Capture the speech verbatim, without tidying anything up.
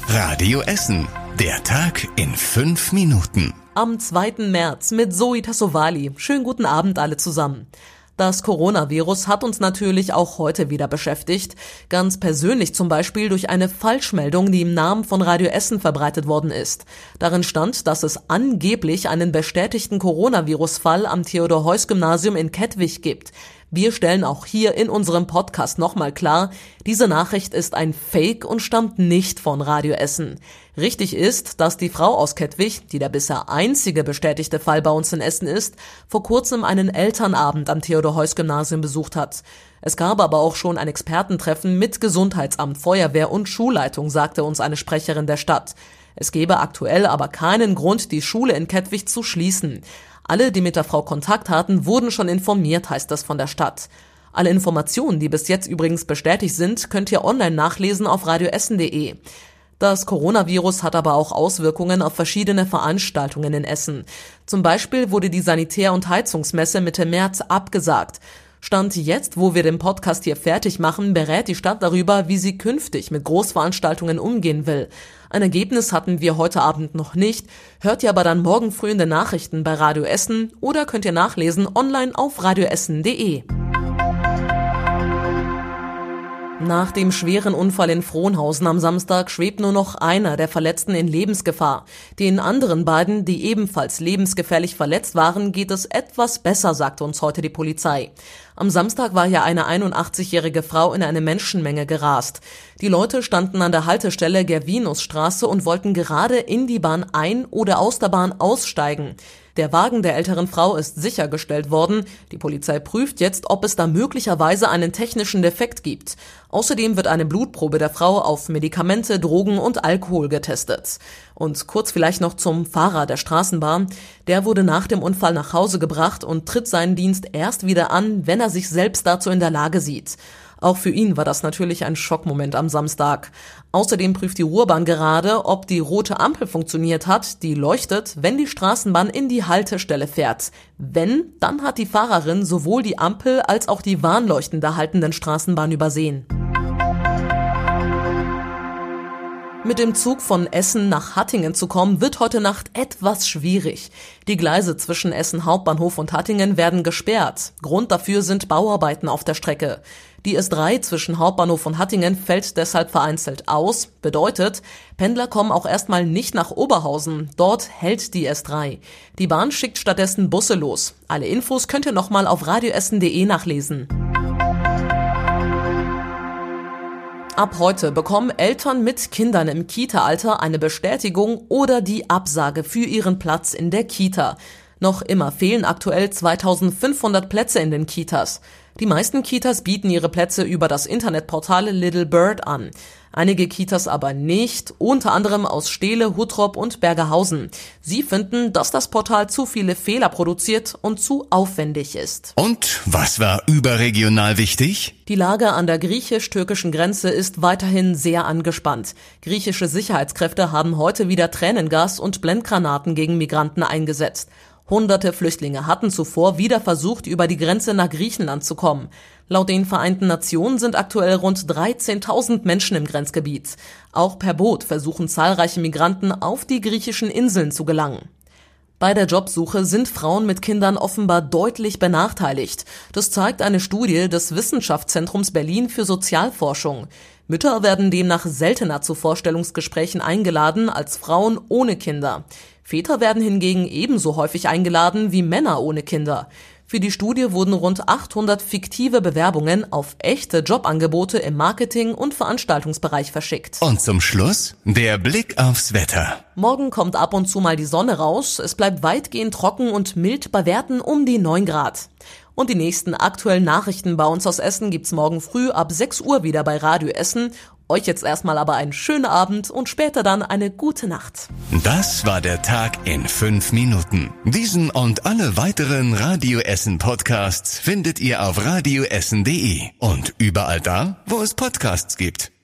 Radio Essen. Der Tag in fünf Minuten. Am zweiten März mit Zoe Tassovali. Schönen guten Abend alle zusammen. Das Coronavirus hat uns natürlich auch heute wieder beschäftigt. Ganz persönlich zum Beispiel durch eine Falschmeldung, die im Namen von Radio Essen verbreitet worden ist. Darin stand, dass es angeblich einen bestätigten Coronavirus-Fall am Theodor-Heuss-Gymnasium in Kettwig gibt. Wir stellen auch hier in unserem Podcast nochmal klar, diese Nachricht ist ein Fake und stammt nicht von Radio Essen. Richtig ist, dass die Frau aus Kettwig, die der bisher einzige bestätigte Fall bei uns in Essen ist, vor kurzem einen Elternabend am Theodor-Heuss-Gymnasium besucht hat. Es gab aber auch schon ein Expertentreffen mit Gesundheitsamt, Feuerwehr und Schulleitung, sagte uns eine Sprecherin der Stadt. Es gebe aktuell aber keinen Grund, die Schule in Kettwig zu schließen. Alle, die mit der Frau Kontakt hatten, wurden schon informiert, heißt das von der Stadt. Alle Informationen, die bis jetzt übrigens bestätigt sind, könnt ihr online nachlesen auf radioessen punkt de. Das Coronavirus hat aber auch Auswirkungen auf verschiedene Veranstaltungen in Essen. Zum Beispiel wurde die Sanitär- und Heizungsmesse Mitte März abgesagt. Stand jetzt, wo wir den Podcast hier fertig machen, berät die Stadt darüber, wie sie künftig mit Großveranstaltungen umgehen will. Ein Ergebnis hatten wir heute Abend noch nicht, hört ihr aber dann morgen früh in den Nachrichten bei Radio Essen oder könnt ihr nachlesen online auf radioessen punkt de. Nach dem schweren Unfall in Frohnhausen am Samstag schwebt nur noch einer der Verletzten in Lebensgefahr. Den anderen beiden, die ebenfalls lebensgefährlich verletzt waren, geht es etwas besser, sagte uns heute die Polizei. Am Samstag war ja eine einundachtzigjährige Frau in eine Menschenmenge gerast. Die Leute standen an der Haltestelle Gervinusstraße und wollten gerade in die Bahn ein- oder aus der Bahn aussteigen. Der Wagen der älteren Frau ist sichergestellt worden. Die Polizei prüft jetzt, ob es da möglicherweise einen technischen Defekt gibt. Außerdem wird eine Blutprobe der Frau auf Medikamente, Drogen und Alkohol getestet. Und kurz vielleicht noch zum Fahrer der Straßenbahn. Der wurde nach dem Unfall nach Hause gebracht und tritt seinen Dienst erst wieder an, wenn er sich selbst dazu in der Lage sieht. Auch für ihn war das natürlich ein Schockmoment am Samstag. Außerdem prüft die Ruhrbahn gerade, ob die rote Ampel funktioniert hat, die leuchtet, wenn die Straßenbahn in die Haltestelle fährt. Wenn, dann hat die Fahrerin sowohl die Ampel als auch die Warnleuchten der haltenden Straßenbahn übersehen. Mit dem Zug von Essen nach Hattingen zu kommen, wird heute Nacht etwas schwierig. Die Gleise zwischen Essen Hauptbahnhof und Hattingen werden gesperrt. Grund dafür sind Bauarbeiten auf der Strecke. Die S drei zwischen Hauptbahnhof und Hattingen fällt deshalb vereinzelt aus. Bedeutet, Pendler kommen auch erstmal nicht nach Oberhausen. Dort hält die S drei. Die Bahn schickt stattdessen Busse los. Alle Infos könnt ihr nochmal auf radioessen punkt de nachlesen. Ab heute bekommen Eltern mit Kindern im Kita-Alter eine Bestätigung oder die Absage für ihren Platz in der Kita. Noch immer fehlen aktuell zweitausendfünfhundert Plätze in den Kitas. Die meisten Kitas bieten ihre Plätze über das Internetportal Little Bird an. Einige Kitas aber nicht, unter anderem aus Steele, Huttrop und Bergerhausen. Sie finden, dass das Portal zu viele Fehler produziert und zu aufwendig ist. Und was war überregional wichtig? Die Lage an der griechisch-türkischen Grenze ist weiterhin sehr angespannt. Griechische Sicherheitskräfte haben heute wieder Tränengas und Blendgranaten gegen Migranten eingesetzt. Hunderte Flüchtlinge hatten zuvor wieder versucht, über die Grenze nach Griechenland zu kommen. Laut den Vereinten Nationen sind aktuell rund dreizehntausend Menschen im Grenzgebiet. Auch per Boot versuchen zahlreiche Migranten, auf die griechischen Inseln zu gelangen. Bei der Jobsuche sind Frauen mit Kindern offenbar deutlich benachteiligt. Das zeigt eine Studie des Wissenschaftszentrums Berlin für Sozialforschung. Mütter werden demnach seltener zu Vorstellungsgesprächen eingeladen als Frauen ohne Kinder. Väter werden hingegen ebenso häufig eingeladen wie Männer ohne Kinder. Für die Studie wurden rund achthundert fiktive Bewerbungen auf echte Jobangebote im Marketing- und Veranstaltungsbereich verschickt. Und zum Schluss der Blick aufs Wetter. Morgen kommt ab und zu mal die Sonne raus. Es bleibt weitgehend trocken und mild bei Werten um die neun Grad. Und die nächsten aktuellen Nachrichten bei uns aus Essen gibt's morgen früh ab sechs Uhr wieder bei Radio Essen. Euch jetzt erstmal aber einen schönen Abend und später dann eine gute Nacht. Das war der Tag in fünf Minuten. Diesen und alle weiteren Radio Essen Podcasts findet ihr auf radioessen punkt de und überall da, wo es Podcasts gibt.